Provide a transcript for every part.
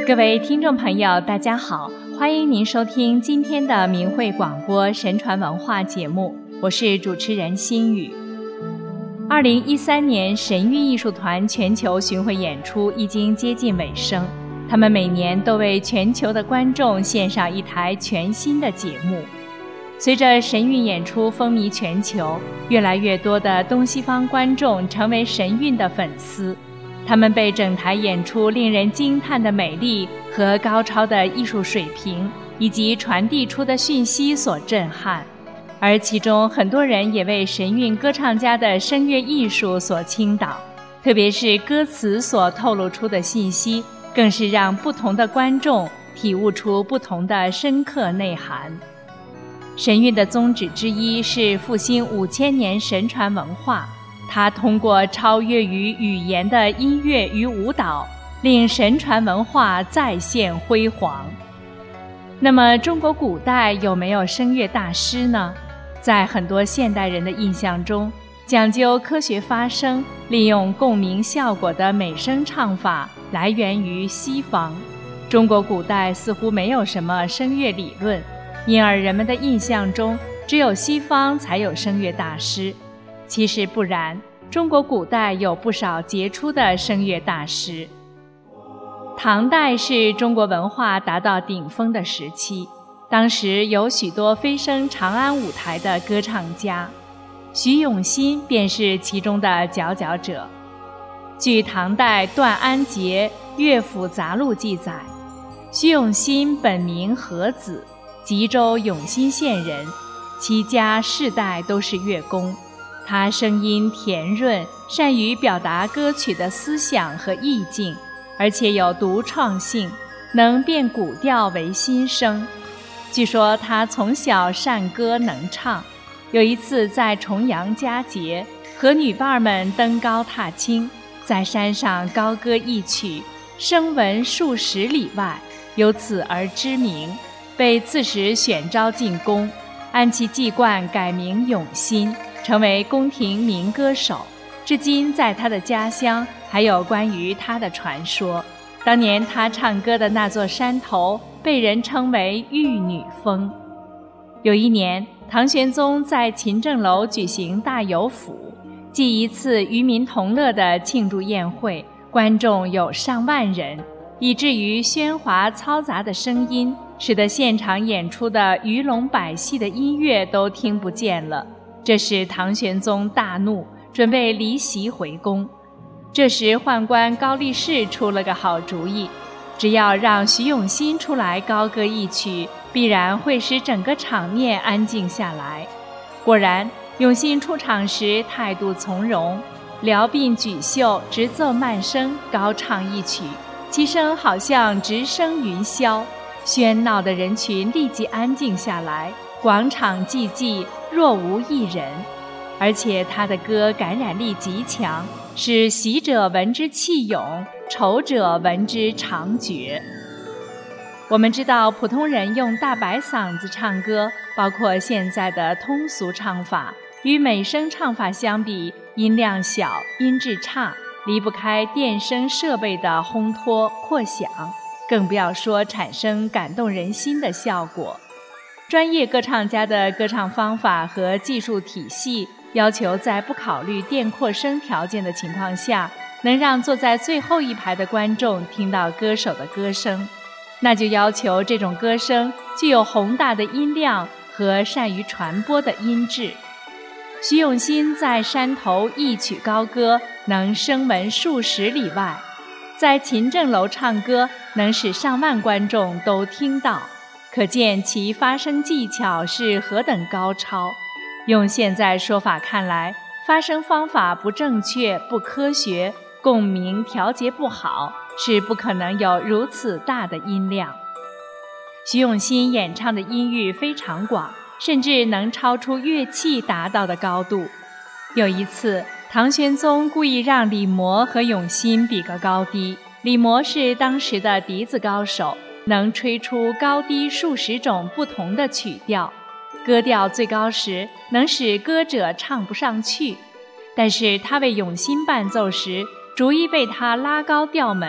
各位听众朋友，大家好，欢迎您收听今天的明慧广播神传文化节目，我是主持人心雨。2013年神韵艺术团全球巡回演出已经接近尾声，他们每年都为全球的观众献上一台全新的节目。随着神韵演出风靡全球，越来越多的东西方观众成为神韵的粉丝，他们被整台演出令人惊叹的美丽和高超的艺术水平以及传递出的讯息所震撼，而其中很多人也为神韵歌唱家的声乐艺术所倾倒，特别是歌词所透露出的信息，更是让不同的观众体悟出不同的深刻内涵。神韵的宗旨之一是复兴5000年神传文化，它通过超越于语言的音乐与舞蹈，令神传文化再现辉煌。那么中国古代有没有声乐大师呢？在很多现代人的印象中，讲究科学发声，利用共鸣效果的美声唱法来源于西方。中国古代似乎没有什么声乐理论，因而人们的印象中只有西方才有声乐大师。其实不然，中国古代有不少杰出的声乐大师。唐代是中国文化达到顶峰的时期，当时有许多飞升长安舞台的歌唱家，徐永新便是其中的佼佼者。据唐代段安节《乐府杂录》记载，徐永新本名何子，吉州永新县人，其家世代都是乐工。他声音甜润，善于表达歌曲的思想和意境，而且有独创性，能变古调为新声。据说他从小善歌能唱，有一次在重阳佳节，和女伴们登高踏青，在山上高歌一曲，声闻数十里外，由此而知名，被刺史选召进宫，按其籍贯改名永新，成为宫廷民歌手。至今在他的家乡还有关于他的传说。当年他唱歌的那座山头被人称为玉女峰。有一年，唐玄宗在勤政楼举行大游府，即一次渔民同乐的庆祝宴会，观众有上万人，以至于喧哗嘈杂的声音使得现场演出的鱼龙百戏的音乐都听不见了。这使唐玄宗大怒，准备离席回宫。这时宦官高力士出了个好主意，只要让徐永新出来高歌一曲，必然会使整个场面安静下来。果然，永新出场时态度从容，撩鬓举袖，直奏慢声高唱一曲，其声好像直升云霄，喧闹的人群立即安静下来，广场寂寂，若无一人。而且他的歌感染力极强，使喜者闻之气涌，愁者闻之长绝。我们知道普通人用大白嗓子唱歌，包括现在的通俗唱法，与美声唱法相比，音量小，音质差，离不开电声设备的烘托扩响，更不要说产生感动人心的效果。专业歌唱家的歌唱方法和技术体系要求在不考虑电扩声条件的情况下，能让坐在最后一排的观众听到歌手的歌声，那就要求这种歌声具有宏大的音量和善于传播的音质。徐永新在山头一曲高歌，能声闻数十里外，在勤政楼唱歌，能使上万观众都听到，可见其发声技巧是何等高超。用现在说法看来，发声方法不正确、不科学，共鸣调节不好，是不可能有如此大的音量。徐永新演唱的音域非常广，甚至能超出乐器达到的高度。有一次，唐玄宗故意让李模和永新比个高低。李模是当时的笛子高手，能吹出高低数十种不同的曲调，歌调最高时能使歌者唱不上去，但是他为永新伴奏时，逐一被他拉高调门，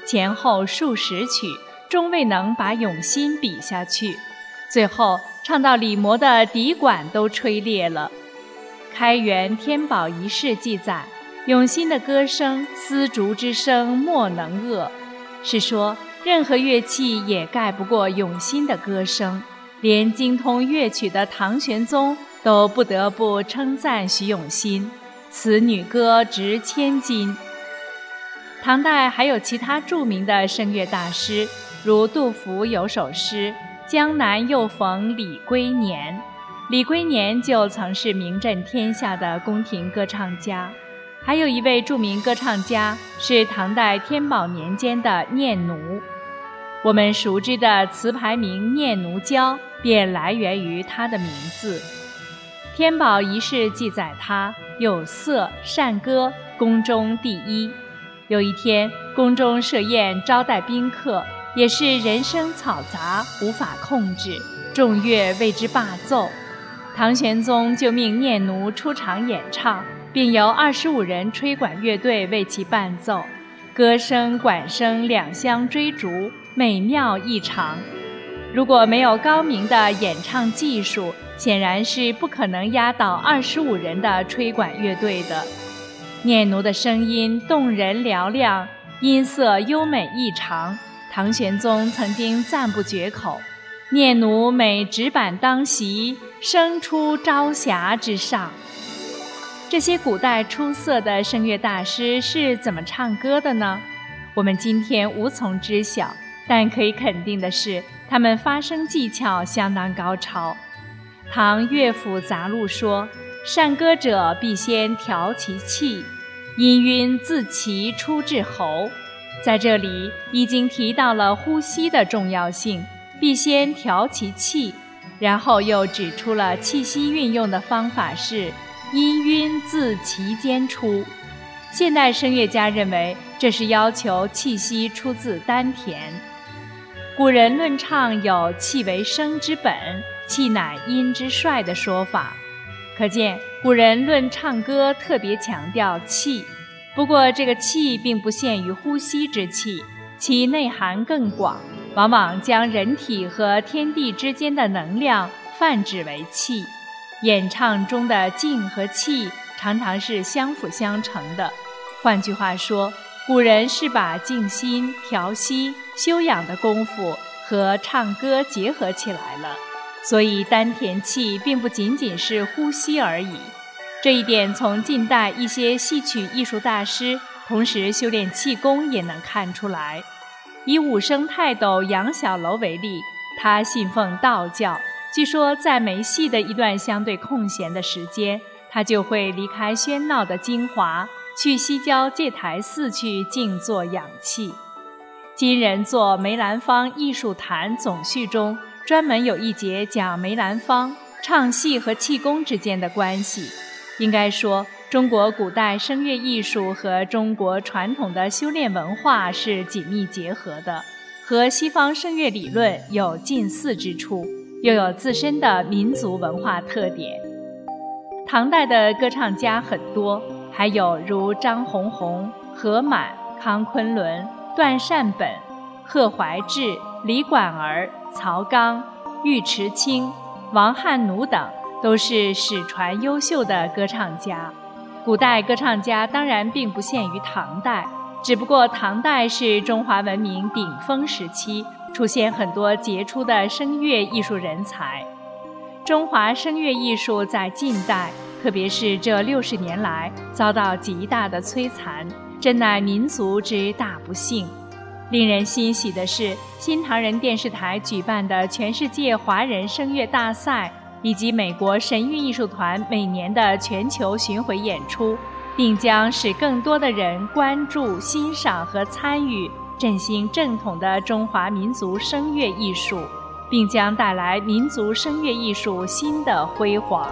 前后数十曲，终未能把咏心比下去。最后唱到李摩的笛管都吹裂了。开元天宝遗事记载，咏心的歌声丝竹之声莫能遏，是说任何乐器也盖不过咏心的歌声，连精通乐曲的唐玄宗都不得不称赞徐咏心，此女歌值千金。唐代还有其他著名的声乐大师，如杜甫有首诗江南又逢李龟年，李龟年就曾是名震天下的宫廷歌唱家。还有一位著名歌唱家是唐代天宝年间的念奴，我们熟知的词牌名念奴娇便来源于他的名字。天宝遗事记载他有色善歌，宫中第一。有一天，宫中设宴招待宾客，也是人声嘈杂，无法控制，众乐为之罢奏。唐玄宗就命念奴出场演唱，并由25人吹管乐队为其伴奏，歌声管声两相追逐，美妙异常。如果没有高明的演唱技术，显然是不可能压倒25人的吹管乐队的。念奴的声音动人嘹亮，音色优美异常，唐玄宗曾经赞不绝口。念奴每执板当席，声出朝霞之上。这些古代出色的声乐大师是怎么唱歌的呢？我们今天无从知晓，但可以肯定的是，他们发声技巧相当高超。唐乐府杂录说，善歌者必先调其气，音晕自其出至喉。在这里已经提到了呼吸的重要性，必先调其气，然后又指出了气息运用的方法是音晕自其间出。现代声乐家认为这是要求气息出自丹田。古人论唱有气为声之本，气乃音之帅的说法，可见古人论唱歌特别强调气。不过这个气并不限于呼吸之气，其内涵更广，往往将人体和天地之间的能量泛指为气。演唱中的静和气常常是相辅相成的。换句话说，古人是把静心、调息、修养的功夫和唱歌结合起来了，所以丹田气并不仅仅是呼吸而已。这一点从近代一些戏曲艺术大师同时修炼气功也能看出来。以武生泰斗杨小楼为例，他信奉道教，据说在没戏的一段相对空闲的时间，他就会离开喧闹的京华，去西郊戒台寺去静坐养气。今人作梅兰芳艺术坛总序中专门有一节讲梅兰芳唱戏和气功之间的关系。应该说，中国古代声乐艺术和中国传统的修炼文化是紧密结合的，和西方声乐理论有近似之处，又有自身的民族文化特点。唐代的歌唱家很多，还有如张弘弘、何满、康昆仑、段善本、贺怀志、李管儿、曹刚、尉迟卿、王汉奴等，都是史传优秀的歌唱家。古代歌唱家当然并不限于唐代，只不过唐代是中华文明顶峰时期，出现很多杰出的声乐艺术人才。中华声乐艺术在近代，特别是这60年来，遭到极大的摧残，真乃民族之大不幸。令人欣喜的是，新唐人电视台举办的全世界华人声乐大赛，以及美国神韵艺术团每年的全球巡回演出，定将使更多的人关注、欣赏和参与振兴正统的中华民族声乐艺术，并将带来民族声乐艺术新的辉煌。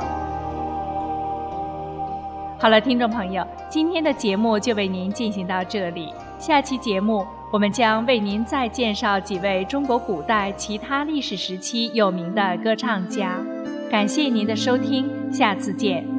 好了，听众朋友，今天的节目就为您进行到这里。下期节目我们将为您再介绍几位中国古代其他历史时期有名的歌唱家。感谢您的收听，下次见。